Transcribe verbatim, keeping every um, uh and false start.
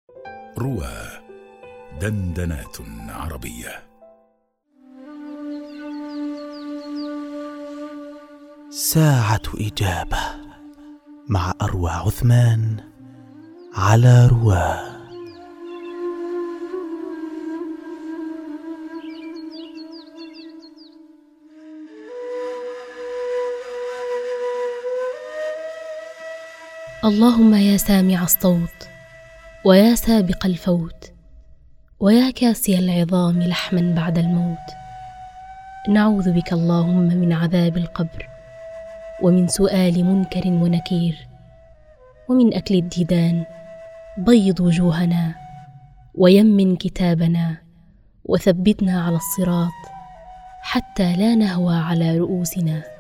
روى دندنات عربية. ساعة إجابة مع أروى عثمان على رواه. اللهم يا سامع الصوت، ويا سابق الفوت، ويا كاسي العظام لحما بعد الموت، نعوذ بك اللهم من عذاب القبر، ومن سؤال منكر ونكير، ومن أكل الديدان. بيض وجوهنا ويمن كتابنا، وثبتنا على الصراط حتى لا نهوى على رؤوسنا.